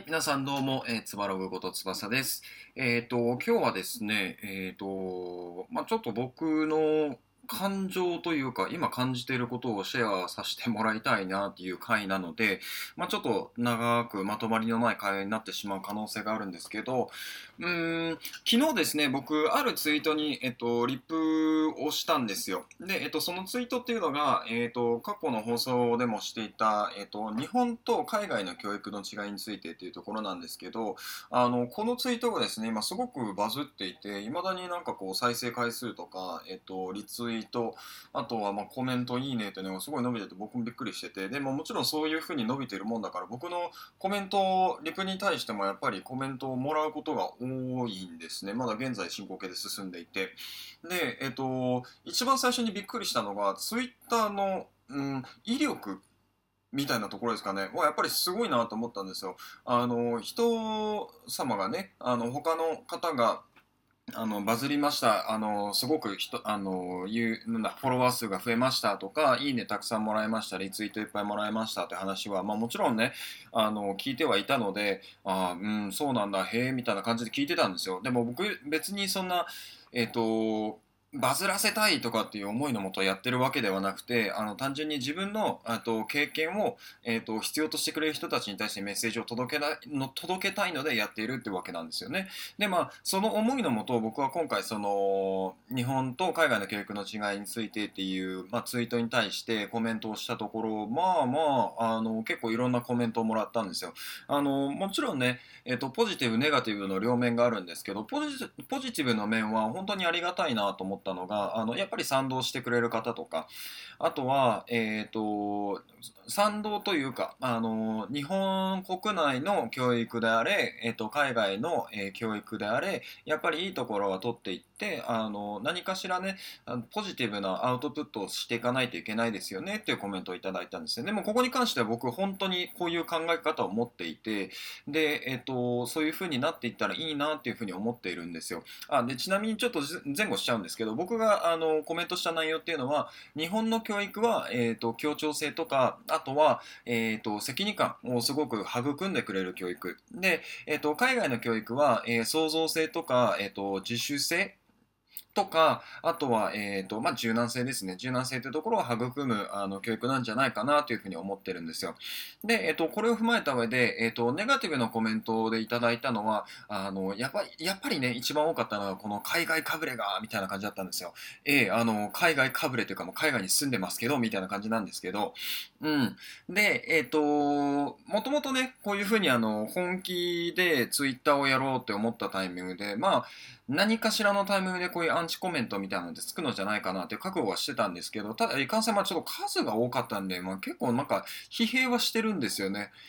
皆さんどうも、つばログこと翼です。今日はですね、ちょっと僕の感情というか、今感じていることをシェアさせてもらいたいなっていう回なので、ちょっと長くまとまりのない会話になってしまう可能性があるんですけど、昨日ですね、僕、あるツイートに、リプをしたんですよ。で、そのツイートっていうのが、過去の放送でもしていた、日本と海外の教育の違いについてっていうところなんですけど、このツイートがですね、今すごくバズっていて、未だになんかこう再生回数とか、リツイート、あとはコメント、いいねっていうのがすごい伸びてて、僕もびっくりしてて、でももちろんそういう風に伸びてるもんだから、僕のコメント、リプに対してもやっぱりコメントをもらうことが多いんですね。まだ現在進行形で進んでいて。で、一番最初にびっくりしたのが、ツイッターの、威力みたいなところですかね。やっぱりすごいなと思ったんですよ。人様がね、他の方が、バズりました。すごくなんだ、フォロワー数が増えましたとか、いいねたくさんもらいました、リツイートいっぱいもらいましたって話は、もちろんね、聞いてはいたので、そうなんだ、へえ、みたいな感じで聞いてたんですよ。でも僕、別にそんな、えっと、バズらせたいとかっていう思いのもとやってるわけではなくて、単純に自分の、経験を、必要としてくれる人たちに対してメッセージを届けたいのでやっているってわけなんですよね。で、その思いのもと、僕は今回、日本と海外の教育の違いについてっていう、ツイートに対してコメントをしたところ、結構いろんなコメントをもらったんですよ。もちろんね、ポジティブ、ネガティブの両面があるんですけど、ポジティブの面は本当にありがたいなと思ったのが、やっぱり賛同してくれる方とか、あとは、賛同というか、日本国内の教育であれ、海外の、教育であれ、やっぱりいいところは取っていって、何かしらね、ポジティブなアウトプットをしていかないといけないですよねっていうコメントをいただいたんですよ。でも、ここに関しては僕、本当にこういう考え方を持っていて、で、そういう風になっていったらいいなっていう風に思っているんですよ。で、ちなみにちょっと前後しちゃうんですけど、僕がコメントした内容っていうのは、日本の教育は、協調性とか、あとは、責任感をすごく育んでくれる教育。で、海外の教育は、創造性とか、自主性とか、あとは、柔軟性ですね。柔軟性というところを育む教育なんじゃないかなというふうに思ってるんですよ。で、これを踏まえた上で、ネガティブなコメントでいただいたのは、やっぱりね、一番多かったのは、この海外かぶれが、みたいな感じだったんですよ。海外かぶれというか、もう海外に住んでますけど、みたいな感じなんですけど、うん。で、もともとね、こういうふうに本気でツイッターをやろうって思ったタイミングで、何かしらのタイミングでこういうアンチコメントみたいなのってつくのじゃないかなって覚悟はしてたんですけど、ただいかんせんちょっと数が多かったんで、結構なんか疲弊はしてるんですよね。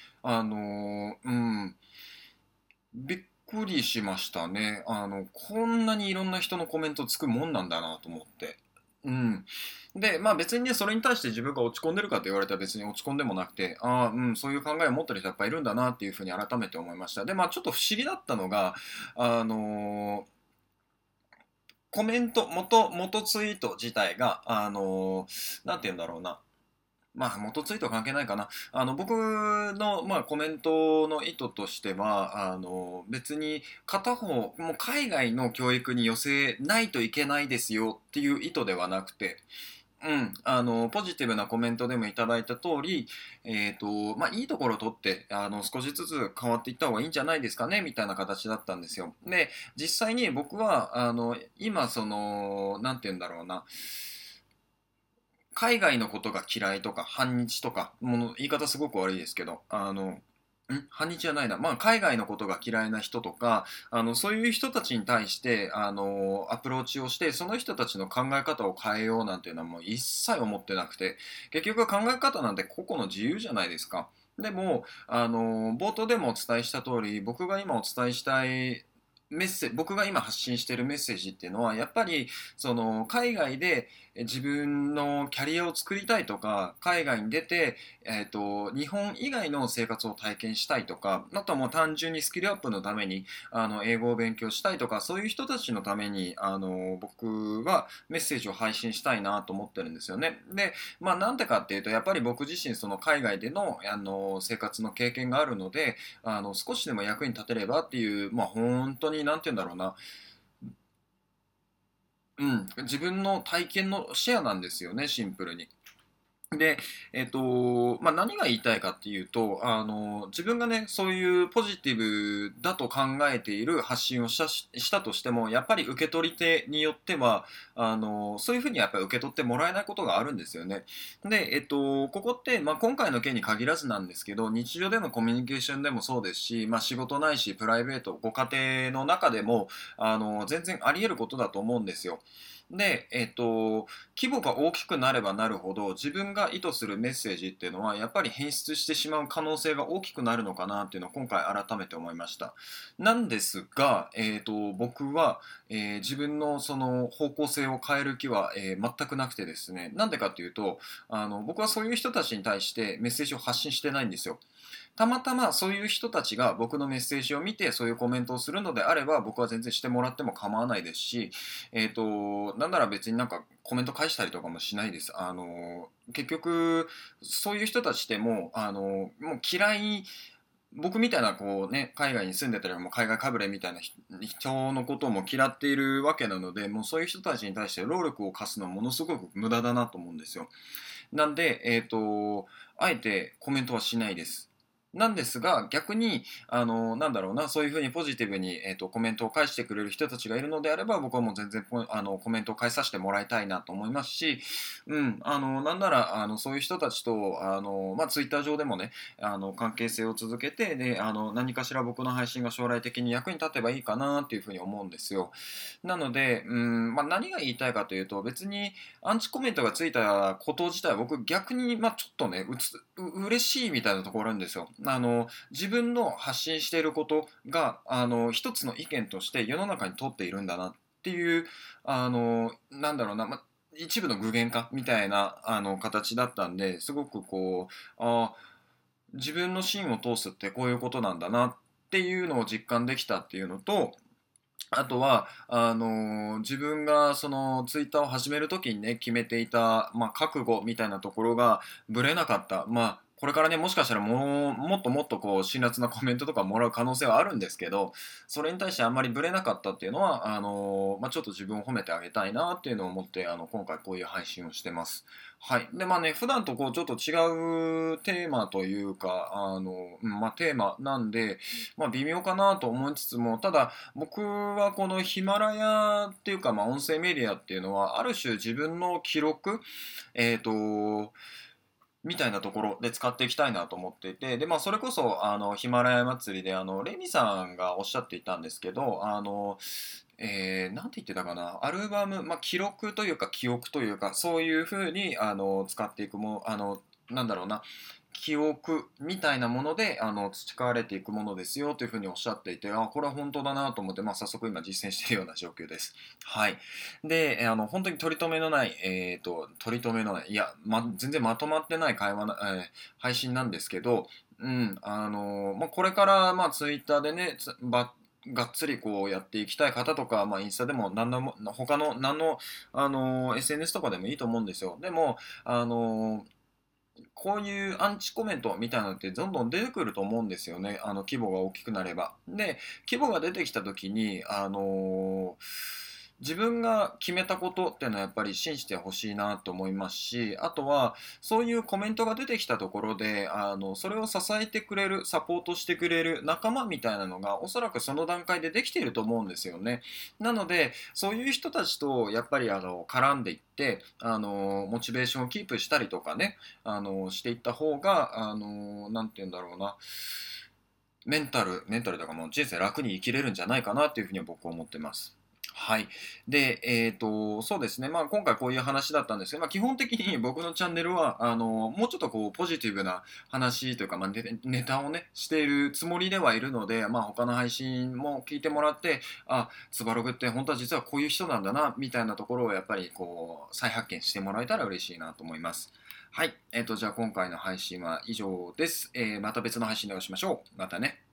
びっくりしましたね。こんなにいろんな人のコメントつくもんなんだなと思って。うん。で、別にね、それに対して自分が落ち込んでるかと言われたら別に落ち込んでもなくて、そういう考えを持ってる人やっぱいるんだなっていうふうに改めて思いました。で、ちょっと不思議だったのが、あのーコメント、元ツイート自体が、なんて言うんだろうな。元ツイートは関係ないかな。僕の、コメントの意図としては、別に片方、もう海外の教育に寄せないといけないですよっていう意図ではなくて、ポジティブなコメントでもいただいた通り、いいところを取って、少しずつ変わっていった方がいいんじゃないですかね、みたいな形だったんですよ。で、実際に僕は、今、なんて言うんだろうな、海外のことが嫌いとか、反日とか、言い方すごく悪いですけど、反日じゃないな。海外のことが嫌いな人とか、そういう人たちに対して、アプローチをして、その人たちの考え方を変えようなんていうのはもう一切思ってなくて、結局考え方なんて個々の自由じゃないですか。でも、冒頭でもお伝えした通り、僕が今お伝えしたい僕が今発信しているメッセージっていうのはやっぱりその海外で自分のキャリアを作りたいとか海外に出て、日本以外の生活を体験したいとかあとはもう単純にスキルアップのために英語を勉強したいとかそういう人たちのために僕はメッセージを配信したいなと思ってるんですよね。で、まあなんでかっていうとやっぱり僕自身その海外での、生活の経験があるので少しでも役に立てればっていう、まあ本当に、なんて言うんだろうな、うん、自分の体験のシェアなんですよね、シンプルに。で、まあ、何が言いたいかっていうと、自分がね、そういうポジティブだと考えている発信をしたとしても、やっぱり受け取り手によっては、そういうふうにやっぱり受け取ってもらえないことがあるんですよね。で、ここって、まあ、今回の件に限らずなんですけど、日常でのコミュニケーションでもそうですし、まあ、仕事ないし、プライベート、ご家庭の中でも、全然あり得ることだと思うんですよ。で、規模が大きくなればなるほど自分が意図するメッセージっていうのはやっぱり変質してしまう可能性が大きくなるのかなっていうのを今回改めて思いました。なんですが、僕は、自分のその方向性を変える気は、全くなくてですね、なんでかっていうと僕はそういう人たちに対してメッセージを発信してないんですよ。たまたまそういう人たちが僕のメッセージを見てそういうコメントをするのであれば僕は全然してもらっても構わないですし、なんなら別になんかコメント返したりとかもしないです。結局そういう人たちでももう嫌い、僕みたいなこうね海外に住んでたりもう海外かぶれみたいな人のことも嫌っているわけなので、もうそういう人たちに対して労力を課すのはものすごく無駄だなと思うんですよ。なんで、あえてコメントはしないです。なんですが、逆に、なんだろうな、そういうふうにポジティブに、コメントを返してくれる人たちがいるのであれば、僕はもう全然コメントを返させてもらいたいなと思いますし、うん、なんなら、そういう人たちと、まあ、ツイッター上でもね、関係性を続けて、で、何かしら僕の配信が将来的に役に立てばいいかなっていうふうに思うんですよ。なので、まあ、何が言いたいかというと、別に、アンチコメントがついたこと自体は僕逆にまあちょっとね嬉しいみたいなところあるんですよ。自分の発信していることが一つの意見として世の中に通っているんだなっていうなんだろうな、まあ、一部の具現化みたいな形だったんですごくこう自分の芯を通すってこういうことなんだなっていうのを実感できたっていうのと、あとは、自分がそのツイッターを始めるときにね、決めていた、まあ、覚悟みたいなところがぶれなかった。まあ、これからね、もしかしたらもっともっとこう、辛辣なコメントとかもらう可能性はあるんですけど、それに対してあんまりぶれなかったっていうのは、まあ、ちょっと自分を褒めてあげたいなっていうのを思って、今回こういう配信をしてます。はい。で、まあね、普段とこう、ちょっと違うテーマというか、まあ、テーマなんで、まあ、微妙かなと思いつつも、ただ、僕はこのヒマラヤっていうか、まあ、音声メディアっていうのは、ある種自分の記録、えっと、みたいなところで使っていきたいなと思っていて、で、まあ、それこそ、ヒマラヤ祭りで、レミさんがおっしゃっていたんですけど、なんて言ってたかな、アルバム、まあ、記録というか、記憶というか、そういうふうに、使っていくも、なんだろうな、記憶みたいなもので培われていくものですよというふうにおっしゃっていて、これは本当だなと思って、まあ、早速今実践しているような状況です。はい。で、本当に取り留めのない、取り留めのない、いや、全然まとまってない会話な、配信なんですけど、うん、まあ、これから、まあ、ツイッターでね、がっつりこうやっていきたい方とか、まあ、インスタでも他の何の、SNS とかでもいいと思うんですよ。でも、あのこういうアンチコメントみたいなのってどんどん出てくると思うんですよね。規模が大きくなれば。で、規模が出てきた時に、自分が決めたことっていうのはやっぱり信じてほしいなと思いますし、あとはそういうコメントが出てきたところで、それを支えてくれる、サポートしてくれる仲間みたいなのがおそらくその段階でできていると思うんですよね。なので、そういう人たちとやっぱり絡んでいって、モチベーションをキープしたりとかね、していった方が、なんて言うんだろうな、メンタルとかもう人生楽に生きれるんじゃないかなっていうふうに僕は思ってます。 はい。で、そうですね。まあ、今回こういう話だったんですけど、まあ、基本的に僕のチャンネルは、もうちょっとこう、ポジティブな話というか、まあ、ネタをね、しているつもりではいるので、まあ、他の配信も聞いてもらって、あ、つばログって本当は実はこういう人なんだな、みたいなところをやっぱりこう、再発見してもらえたら嬉しいなと思います。はい。じゃあ今回の配信は以上です。また別の配信でお会いしましょう。またね。